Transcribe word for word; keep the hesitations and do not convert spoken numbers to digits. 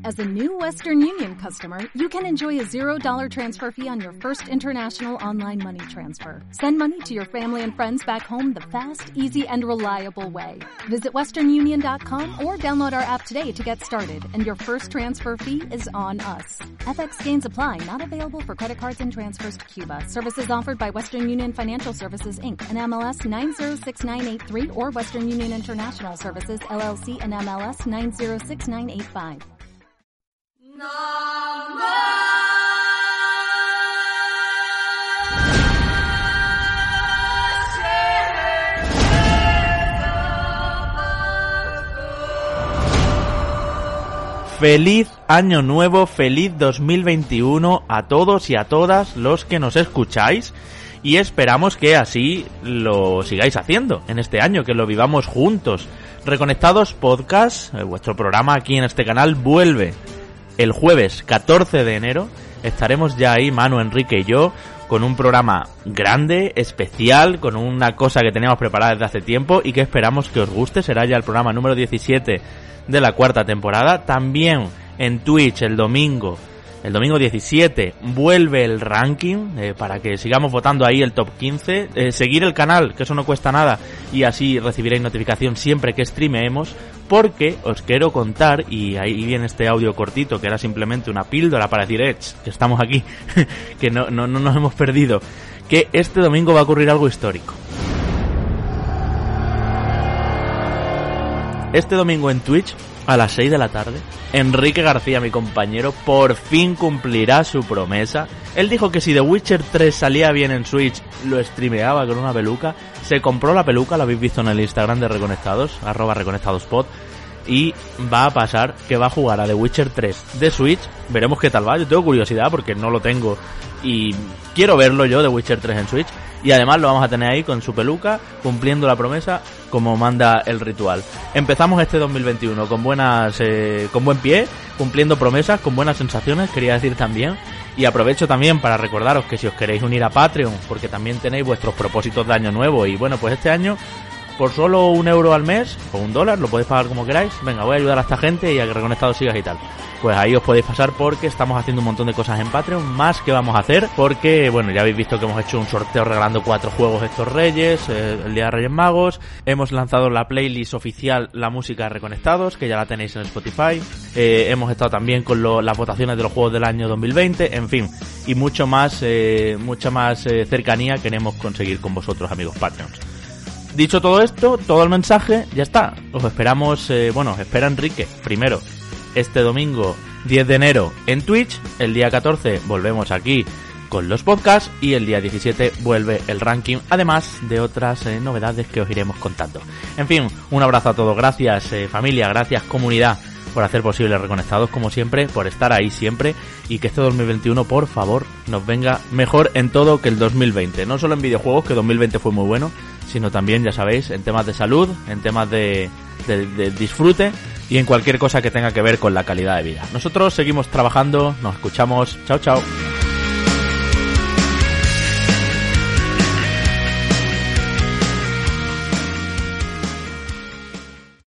As a new Western Union customer, you can enjoy a zero dollar transfer fee on your first international online money transfer. Send money to your family and friends back home the fast, easy, and reliable way. Visit western union dot com or download our app today to get started, and your first transfer fee is on us. F X gains apply, not available for credit cards and transfers to Cuba. Services offered by Western Union Financial Services, Incorporated, and M L S nine zero six nine eight three or Western Union International Services, L L C, and M L S nine zero six nine eight five. Feliz año nuevo, feliz dos mil veintiuno a todos y a todas los que nos escucháis, y esperamos que así lo sigáis haciendo en este año, que lo vivamos juntos. Reconectados Podcast, vuestro programa aquí en este canal, vuelve el jueves catorce de enero. Estaremos ya ahí, Manu, Enrique y yo, con un programa grande, especial, con una cosa que teníamos preparada desde hace tiempo y que esperamos que os guste. Será ya el programa número diecisiete de la cuarta temporada. También en Twitch el domingo, el domingo diecisiete, vuelve el ranking, eh, para que sigamos votando ahí el top quince. Eh, seguir el canal, que eso no cuesta nada, y así recibiréis notificación siempre que streameemos, porque os quiero contar, y ahí viene este audio cortito, que era simplemente una píldora para decir, eh, que estamos aquí, que no, no, no nos hemos perdido, que este domingo va a ocurrir algo histórico. Este domingo en Twitch, a las seis de la tarde, Enrique García, mi compañero, por fin cumplirá su promesa. Él dijo que si The Witcher tres salía bien en Switch, lo streameaba con una peluca. Se compró la peluca, lo habéis visto en el Instagram de Reconectados, arroba reconectadospod, y va a pasar que va a jugar a The Witcher tres de Switch. Veremos qué tal va. Yo tengo curiosidad porque no lo tengo y quiero verlo yo, The Witcher tres en Switch. Y además lo vamos a tener ahí con su peluca, cumpliendo la promesa como manda el ritual. Empezamos este dos mil veintiuno con buenas, eh, con buen pie, cumpliendo promesas, con buenas sensaciones, quería decir también. Y aprovecho también para recordaros que si os queréis unir a Patreon, porque también tenéis vuestros propósitos de año nuevo, y bueno, pues este año, por solo un euro al mes, o un dólar, lo podéis pagar como queráis. Venga, voy a ayudar a esta gente y a que Reconectados sigas y tal. Pues ahí os podéis pasar, porque estamos haciendo un montón de cosas en Patreon, más que vamos a hacer, porque, bueno, ya habéis visto que hemos hecho un sorteo regalando cuatro juegos estos Reyes, eh, el Día de Reyes Magos. Hemos lanzado la playlist oficial La Música de Reconectados, que ya la tenéis en Spotify. Eh, hemos estado también con lo, las votaciones de los juegos del año dos mil veinte, en fin, y mucho más, eh, mucha más eh, cercanía queremos conseguir con vosotros, amigos Patreons. Dicho todo esto, todo el mensaje, ya está. Os esperamos, eh, bueno, os espera Enrique, primero, este domingo diez de enero en Twitch. El día catorce volvemos aquí con los podcasts, y el día diecisiete vuelve el ranking, además de otras eh, novedades que os iremos contando. En fin, un abrazo a todos, gracias eh, familia, gracias comunidad por hacer posible Reconectados, como siempre, por estar ahí siempre, y que este dos mil veintiuno, por favor, nos venga mejor en todo que el dos mil veinte, no solo en videojuegos, que dos mil veinte fue muy bueno, sino también, ya sabéis, en temas de salud, en temas de, de, de disfrute, y en cualquier cosa que tenga que ver con la calidad de vida. Nosotros seguimos trabajando, nos escuchamos, chao chao.